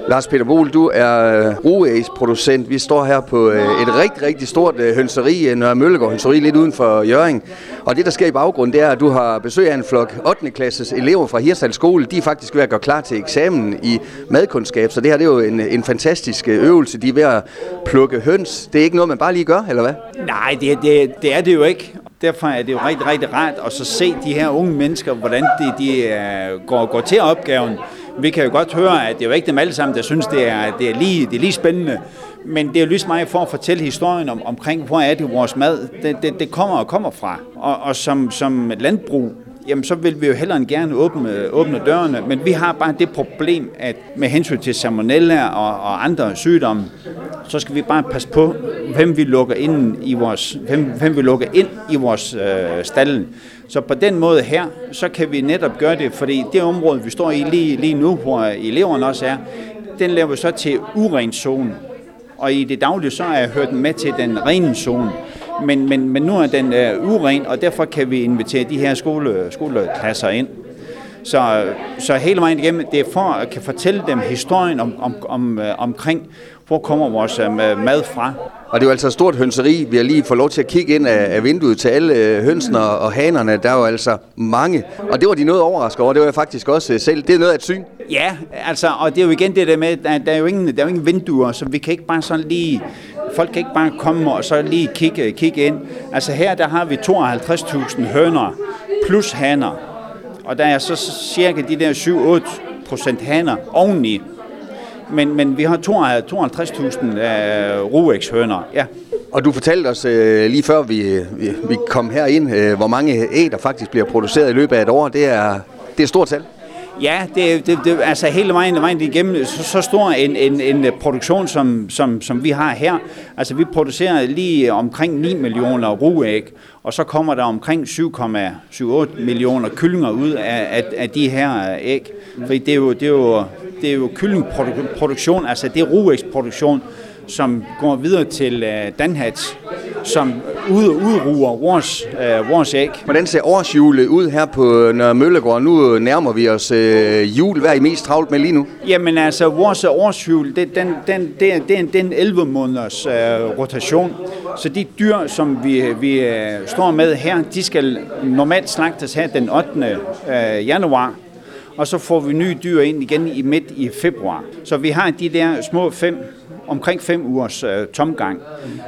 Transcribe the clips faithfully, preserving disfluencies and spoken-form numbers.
Lars Peter Boel, du er roægsproducent. Vi står her på et rigtig, rigtig stort hønseri, Nørre Møllegård hønseri, lidt uden for Hjørring. Og det, der sker i baggrunden, det er, at du har besøg af en flok ottende klasses elever fra Hirtshals skole. De er faktisk ved at gøre klar til eksamen i madkundskab, så det her det er jo en, en fantastisk øvelse. De er ved at plukke høns. Det er ikke noget, man bare lige gør, eller hvad? Nej, det, det, det er det jo ikke. Derfor er det jo rigtig, rigtig rart at så se de her unge mennesker, hvordan de, de uh, går, går til opgaven. Vi kan jo godt høre, at det er jo ikke dem alle sammen, der synes, det er, det er, lige, det er lige spændende. Men det er jo lige så meget for at fortælle historien om, omkring, hvor er det vores mad, det, det, det kommer og kommer fra. Og, og som, som landbrug, jamen så vil vi jo hellere end gerne åbne, åbne dørene, men vi har bare det problem, at med hensyn til salmonella og, og andre sygdomme, så skal vi bare passe på, hvem vi lukker ind i vores, hvem, hvem vi lukker ind i vores øh, stallen. Så på den måde her, så kan vi netop gøre det, fordi det område, vi står i lige, lige nu, hvor eleverne også er, den laver vi så til uren zone. Og i det daglige, så er jeg hørt med til den rene zone. Men, men, men nu er den øh, uren, og derfor kan vi invitere de her skole, skoleklasser ind. Så, så hele vejen igennem, det er for at kan fortælle dem historien om, om, om, øh, omkring, hvor kommer vores øh, mad fra. Og det er jo altså et stort hønseri. Vi har lige fået lov til at kigge ind af, af vinduet til alle øh, hønsene og, og hanerne. Der er jo altså mange. Og det var de noget overrasket over. Det var jeg faktisk også øh, selv. Det er noget af et syn. Ja, altså, og det er jo igen det der med, der, der, er, jo ingen, der er jo ingen vinduer, så vi kan ikke bare sådan lige... Folk kan ikke bare komme og så lige kigge, kigge ind. Altså her, der har vi tooghalvtreds tusind høner plus haner. Og der er så cirka de der syv til otte procent haner oveni. Men, men vi har tooghalvtreds tusind øh, roægshøner, ja. Og du fortalte os øh, lige før vi, vi, vi kom herind, øh, hvor mange æg, der faktisk bliver produceret i løbet af et år. Det er, det er et stort tal. Ja, det, det, det, altså hele vejen, vejen igennem så, så stor en, en, en produktion, som, som, som vi har her. Altså vi producerer lige omkring ni millioner roæg, og så kommer der omkring syv komma syv otte millioner kyllinger ud af, af, af de her æg. For det er jo, det er jo, det er jo kyllingproduktion, altså det er roægsproduktion, som går videre til uh, Danhats, som ud, udruger vores, uh, vores æg. Hvordan ser årsjulet ud her på Nørre Møllegård? Nu nærmer vi os uh, jul. Hvad er I mest travlt med lige nu? Jamen altså, vores årsjul, det, den, den, det, er, det er en, det er en elleve måneders uh, rotation. Så de dyr, som vi, vi uh, står med her, de skal normalt slagtes her den ottende januar. Og så får vi nye dyr ind igen i midt i februar. Så vi har de der små fem, omkring fem ugers øh, tomgang.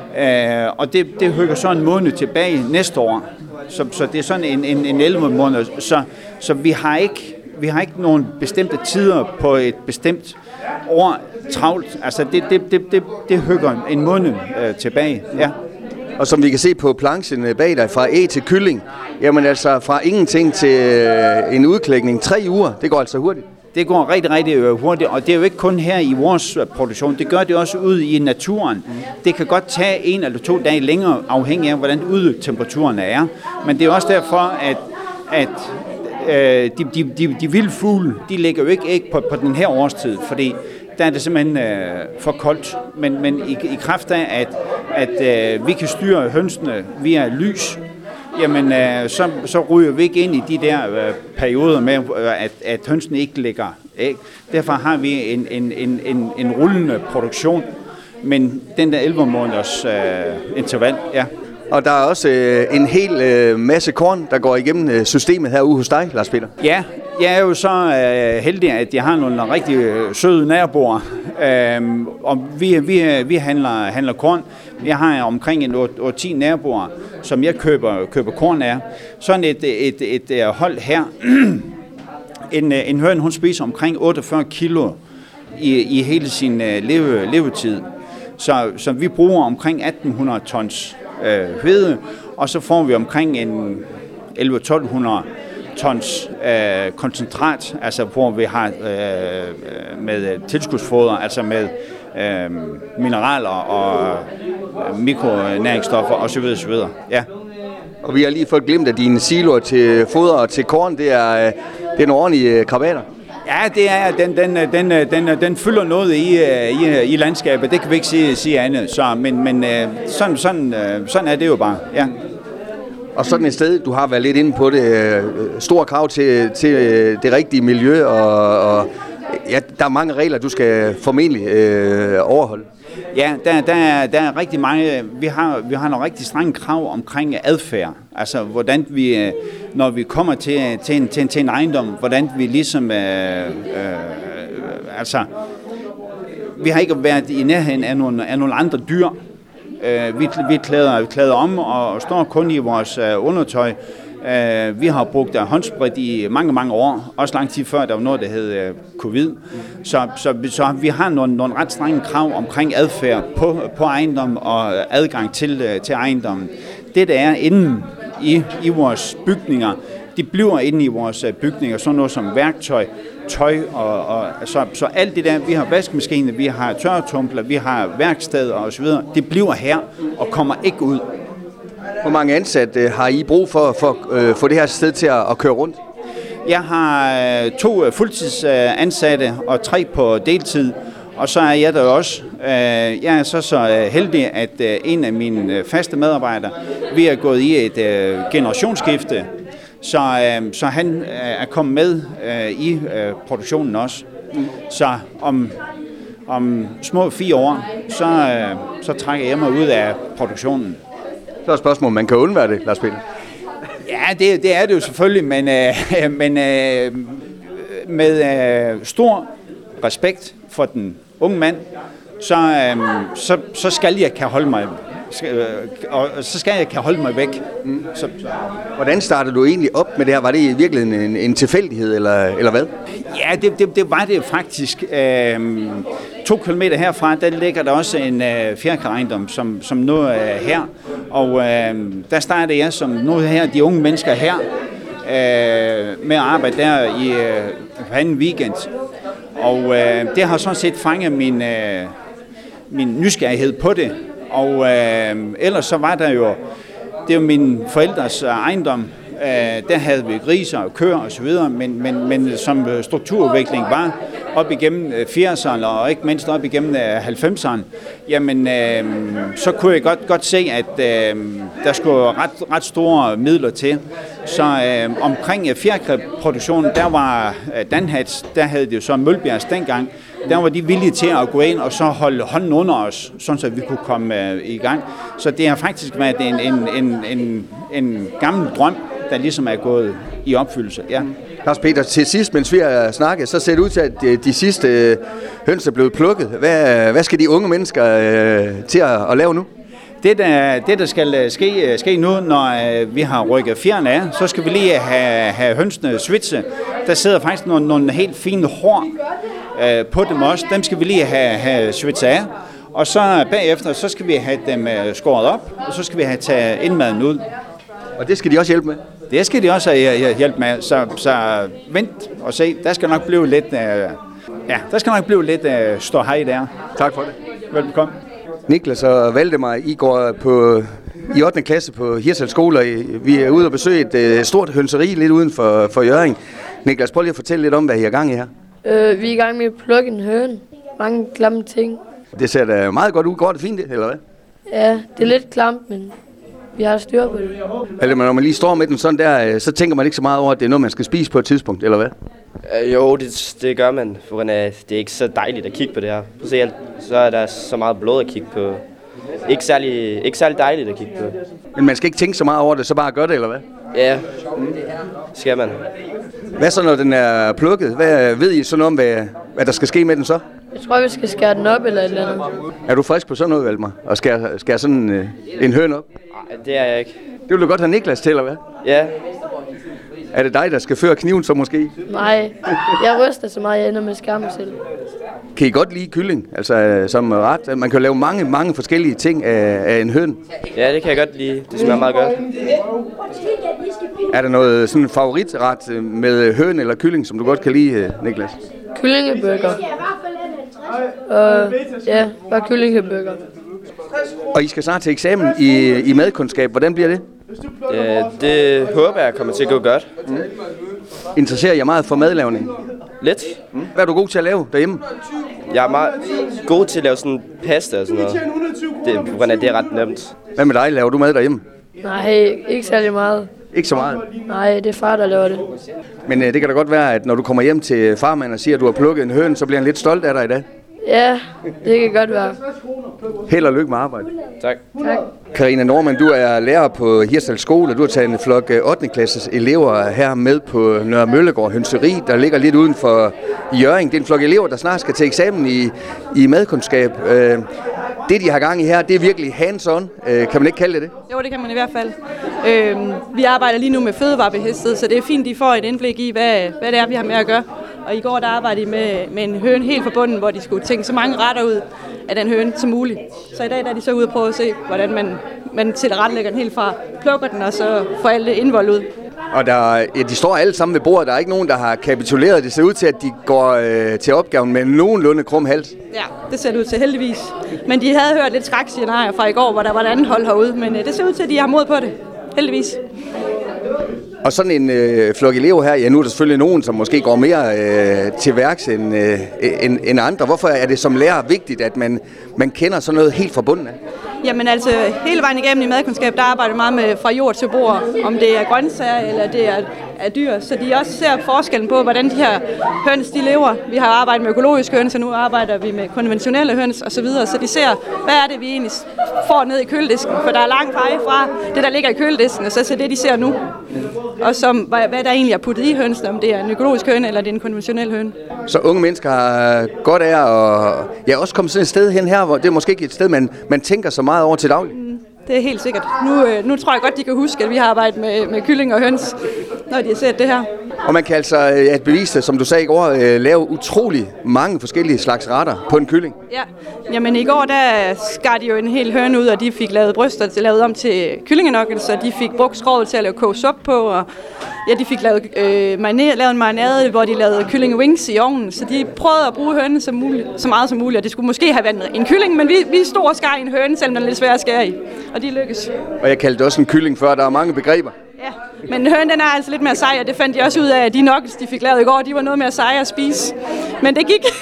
Øh, og det, det hygger så en måned tilbage næste år. Så, så det er sådan en, en, en elleve måneder. Så, så vi har ikke vi har ikke nogen bestemte tider på et bestemt år travlt. Altså det, det, det, det, det hygger en måned øh, tilbage, ja. Og som vi kan se på planchen bag dig, fra æg til kylling, jamen altså fra ingenting til en udklækning, tre uger, det går altså hurtigt. Det går rigtig, rigtig hurtigt, og det er jo ikke kun her i vores produktion, det gør det også ude i naturen. Det kan godt tage en eller to dage længere, afhængig af, hvordan udetemperaturen er. Men det er også derfor, at, at øh, de, de, de, de vilde fugle, de lægger jo ikke æg på, på den her årstid, fordi der er det simpelthen øh, for koldt. Men, men i, i kraft af, at, at øh, vi kan styre hønsene via lys, jamen øh, så, så ryger vi ikke ind i de der øh, perioder med, øh, at, at hønsene ikke lægger æg. Derfor har vi en, en, en, en, en rullende produktion, men den der elleve måneders øh, interval, ja. Og der er også øh, en hel øh, masse korn, der går igennem øh, systemet herude hos dig, Lars Peter. Ja, jeg er jo så øh, heldig, at jeg har nogle rigtig øh, søde naboer, øh, og vi, vi, vi handler, handler korn. Jeg har omkring en otte ti naboer, som jeg køber, køber korn af. Sådan et, et, et, et hold her, en, en høn, hun spiser omkring otteogfyrre kilo i, i hele sin øh, leve, levetid. Så, så vi bruger omkring atten hundrede tons øh, hvede, og så får vi omkring en elleve til tolv hundrede tons øh, koncentrat, altså hvor vi har øh, med tilskudsfoder, altså med øh, mineraler og øh, mikronæringsstoffer osv. osv. Ja. Og vi har lige fået glemt af dine siloer til foder og til korn. Det er, det er nogle ordentlige krabater. Ja, det er, den, den, den, den, den fylder noget i, i, i landskabet. Det kan vi ikke sige, sige andet. Så, men men sådan, sådan, sådan er det jo bare, ja. Og sådan et sted, du har været lidt inde på det, stor krav til, til det rigtige miljø og, og ja, der er mange regler, du skal formentlig øh, overholde. Ja, der, der, er, der er rigtig mange, vi har, vi har nogle rigtig strenge krav omkring adfærd. Altså, hvordan vi, når vi kommer til, til, en, til, en, til en ejendom, hvordan vi ligesom, øh, øh, altså, vi har ikke været i nærheden af nogle, af nogle andre dyr. Øh, vi, vi klæder, klæder om og står kun i vores øh, undertøj. Uh, vi har brugt uh, håndsprit i mange, mange år, også lang tid før der var noget, der hed uh, covid. Så, så, så vi har nogle, nogle ret strenge krav omkring adfærd på, på ejendom og adgang til, uh, til ejendommen. Det, der er inde i, i vores bygninger, de bliver inde i vores uh, bygninger, sådan noget som værktøj, tøj og, og så, så alt det der, vi har vaskemaskiner, vi har tørretumbler, vi har værksteder og så videre, det bliver her og kommer ikke ud. Hvor mange ansatte har I brug for for at øh, få det her sted til at, at køre rundt? Jeg har øh, to fuldtidsansatte og tre på deltid, og så er jeg der også. Øh, jeg er så så heldig, at øh, en af mine faste medarbejdere, vi er gået i et øh, generationsskifte, så, øh, så han øh, er kommet med øh, i øh, produktionen også. Så om, om små fire år, så, øh, så trækker jeg mig ud af produktionen. Så er spørgsmålet, man kan undvære det, Lars Peter? Ja, det, det er det jo selvfølgelig, men, øh, men øh, med øh, stor respekt for den unge mand, så, øh, så, så skal jeg kan holde mig øh, og så skal jeg kan holde mig væk. Mm. Så, hvordan startede du egentlig op med det her? Var det i virkeligheden en, en tilfældighed, eller, eller hvad? Ja, det, det, det var det faktisk. Øh, to kilometer herfra, der ligger der også en øh, fjerkræejendom, som, som nu er her. Og øh, der startede jeg som nu her, de unge mennesker her, øh, med at arbejde der i øh, anden weekend. Og øh, det har sådan set fanget min, øh, min nysgerrighed på det. Og øh, ellers så var der jo, det er jo mine forældres ejendom. Uh, der havde vi griser og køer og så videre, men, men, men som strukturudvikling var op igennem firserne og ikke mindst op igennem halvfemserne, jamen uh, så kunne jeg godt, godt se, at uh, der skulle ret, ret store midler til. Så uh, omkring fjerkræproduktionen, der var uh, Danhats, der havde det jo så Mølbjergs dengang, der var de villige til at gå ind og så holde hånden under os, sådan så vi kunne komme uh, i gang. Så det har faktisk været en, en, en, en, en gammel drøm, der ligesom er gået i opfyldelse. Ja. Lars Peter, til sidst, mens vi har snakket, så ser det ud til, at de sidste høns er blevet plukket. Hvad, hvad skal de unge mennesker øh, til at, at lave nu? Det der, det, der skal ske, ske nu, når øh, vi har rykket fjerne af, så skal vi lige have, have hønsene svitse. Der sidder faktisk nogle, nogle helt fine hår øh, på dem også. Dem skal vi lige have, have svitset af. Og så bagefter, så skal vi have dem skåret op, og så skal vi have taget indmaden ud. Og det skal de også hjælpe med? Det skal de også hjælpe med, så, så vent og se. Der skal nok blive lidt, uh, ja, der skal nok blive lidt uh, ståhej der. Tak for det. Velbekomme. Niklas og Valdemar, I går på, i ottende klasse på Hirtshals Skole. Vi er ude og besøge et uh, stort hønseri lidt uden for, for Hjørring. Niklas, prøv lige at fortælle lidt om, hvad I er i gang i her. Øh, vi er i gang med at plukke en høne. Mange klamme ting. Det ser da meget godt ud. Går det fint, eller hvad? Ja, det er lidt klamt, men vi har styr på det. Eller når man lige står med den sådan der, så tænker man ikke så meget over, at det er noget, man skal spise på et tidspunkt, eller hvad? Øh, jo, det, det gør man, for det er ikke så dejligt at kigge på det her. Så er der så meget blod at kigge på. Ikke særlig, ikke særlig dejligt at kigge på. Men man skal ikke tænke så meget over det, så bare gør det, eller hvad? Ja, skal man. Hvad så, når den er plukket? Hvad ved I sådan om, hvad, hvad der skal ske med den så? Jeg tror, vi skal skære den op eller et eller andet. Er du frisk på sådan noget, Valdemar? Og skære, skære sådan øh, en høne op? Nej, det er jeg ikke. Det vil du godt have Niklas til, eller hvad? Ja. Er det dig, der skal føre kniven så måske? Nej, jeg ryster så meget, jeg ender med at skære mig selv. Kan I godt lide kylling, altså som ret? Man kan jo lave mange, mange forskellige ting af, af en høne. Ja, det kan jeg godt lide. Det smager meget godt. Er der noget sådan favoritret med høne eller kylling, som du godt kan lide, Niklas? Kyllingebøger. Og ja, bare kyllingebøger. Og I skal snart til eksamen i, i madkundskab. Hvordan bliver det? Øh, det håber jeg kommer til at gå godt. Mm. Interesserer jeg meget for madlavning? Lidt. Mm. Hvad er du god til at lave derhjemme? Jeg er meget god til at lave sådan pasta og sådan noget. Det, det er ret nemt. Hvad med dig? Laver du mad derhjemme? Nej, ikke særlig meget. Ikke så meget? Nej, det er far, der laver det. Men øh, det kan da godt være, at når du kommer hjem til farmand og siger, at du har plukket en høne, så bliver han lidt stolt af dig i dag. Ja, det kan godt være. Held og lykke med arbejde. Tak. Tak. Karina Norman, du er lærer på Hirtshals Skole, og du har taget en flok ottende klasses elever her med på Nørre Møllegård Hønseri, der ligger lidt uden for Hjørring. Det er en flok elever, der snart skal til eksamen i, i madkundskab. Øh, det, de har gang i her, det er virkelig hands-on. Øh, kan man ikke kalde det det? Jo, det kan man i hvert fald. Øh, vi arbejder lige nu med fødevarebevidsthed, så det er fint, de får et indblik i, hvad, hvad det er, vi har med at gøre. Og i går der arbejdede de med, med en høne helt forbundet, hvor de skulle tænke så mange retter ud af den høne som muligt. Så i dag der er de så ude og prøve at se, hvordan man, man tilrettelægger den helt fra, plukker den og så får alt det indvold ud. Og der, ja, de står alle sammen ved bordet. Der er ikke nogen, der har kapituleret. Det ser ud til, at de går øh, til opgaven med nogenlunde krum hals. Ja, det ser det ud til heldigvis. Men de havde hørt lidt skrækscenarier fra i går, hvor der var et andet hold herude. Men øh, det ser ud til, at de har mod på det. Heldigvis. Og sådan en øh, flok elever her, ja, nu er der selvfølgelig nogen, som måske går mere øh, til værks end, øh, end, end andre. Hvorfor er det som lærer vigtigt, at man, man kender sådan noget helt fra bunden af? Jamen altså, hele vejen igennem i madkundskab, der arbejder meget med fra jord til bord, om det er grøntsager eller det er, er dyr. Så de også ser forskellen på, hvordan de her høns de lever. Vi har arbejdet med økologiske høns, og nu arbejder vi med konventionelle høns osv. Så, så de ser, hvad er det, vi egentlig får ned i køledisken. For der er lang vej fra det, der ligger i køledisken, og så er det, de ser nu. Og som, hvad, hvad der egentlig er puttet i hønsen, om det er en økologisk høne eller det er en konventionel høne. Så unge mennesker har godt af at ja, også komme sådan et sted hen her, hvor det er måske ikke et sted, man, man tænker så meget over til daglig. Mm, det er helt sikkert. Nu, øh, nu tror jeg godt, de kan huske, at vi har arbejdet med, med kylling og høns, når de har set det her. Og man kan altså at bevise, som du sagde i går, øh, lave utrolig mange forskellige slags retter på en kylling. Ja, jamen i går der skar de jo en hel høne ud, og de fik lavet bryster til lavet om til kyllingenokkel, så de fik brugt skrovet til at lave kogesup på, og ja, de fik lavet, øh, mariner, lavet en marinade, hvor de lavede kylling wings i ovnen, så de prøvede at bruge hønen så, muligt, så meget som muligt, og det skulle måske have været en kylling, men vi, vi stod og skar en høne, selvom den er lidt svær at skære i, og de lykkes. Og jeg kaldte det også en kylling før, der er mange begreber. Ja, men hønen den er altså lidt mere sej, og det fandt de også ud af, at de knuckles, de fik lavet i går, de var noget mere seje at spise, men det gik.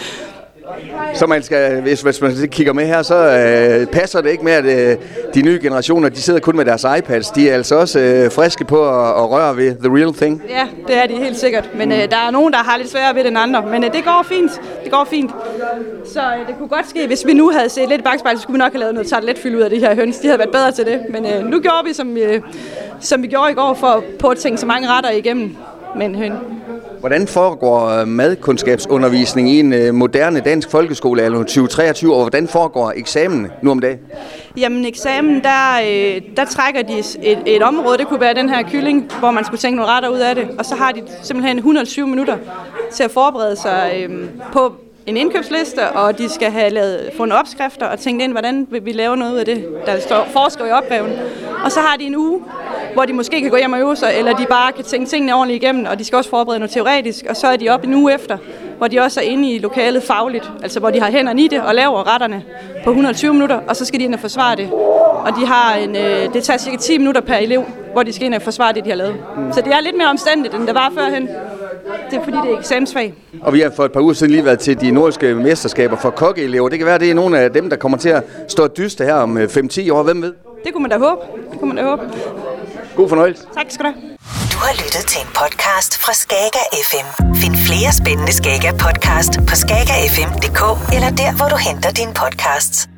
Så man skal, hvis, hvis man kigger med her, så øh, passer det ikke med, at øh, de nye generationer, de sidder kun med deres iPads. De er altså også øh, friske på at, at røre ved the real thing. Ja, det er de helt sikkert. Men øh, der er nogen, der har lidt sværere ved det end andre. Men øh, det går fint. Det går fint. Så øh, det kunne godt ske, hvis vi nu havde set lidt i bagspejlet, så skulle vi nok have lavet noget tarteletfyld ud af de her høns. De havde været bedre til det. Men øh, nu gjorde vi, som, øh, som vi gjorde i går, for på at tænke så mange retter igennem med en høn. Hvordan foregår madkundskabsundervisning i en moderne dansk folkeskole altså tyve treogtyve, og hvordan foregår eksamen nu om dagen? Jamen eksamen, der, øh, der trækker de et, et område, det kunne være den her kylling, hvor man skulle tænke nogle retter ud af det, og så har de simpelthen et hundrede og tyve minutter til at forberede sig øh, på en indkøbsliste, og de skal have lavet, fundet opskrifter og tænkt ind, hvordan vil vi lave noget ud af det, der står forsker i opgaven. Og så har de en uge, hvor de måske kan gå hjem og øve sig, eller de bare kan tænke tingene ordentligt igennem, og de skal også forberede noget teoretisk, og så er de op en uge efter, hvor de også er inde i lokalet fagligt, altså hvor de har hænderne i det og laver retterne på et hundrede og tyve minutter, og så skal de ind og forsvare det. Og de har en, øh, det tager cirka ti minutter per elev, hvor de skal ind og forsvare det, de har lavet. Så det er lidt mere omstændigt, end det var førhen. Det er fordi, det er eksamensfag. Og vi har for et par uger siden lige været til de nordiske mesterskaber for kokkeelever. Det kan være, det er nogle af dem, der kommer til at stå dyste her om fem til ti år. Hvem ved? Det kunne man da håbe. Det kunne man da håbe. God fornøjelse. Tak skal du have. Du har lyttet til en podcast fra Skager F M. Find flere spændende Skager podcast på skager f m punktum d k eller der, hvor du henter dine podcasts.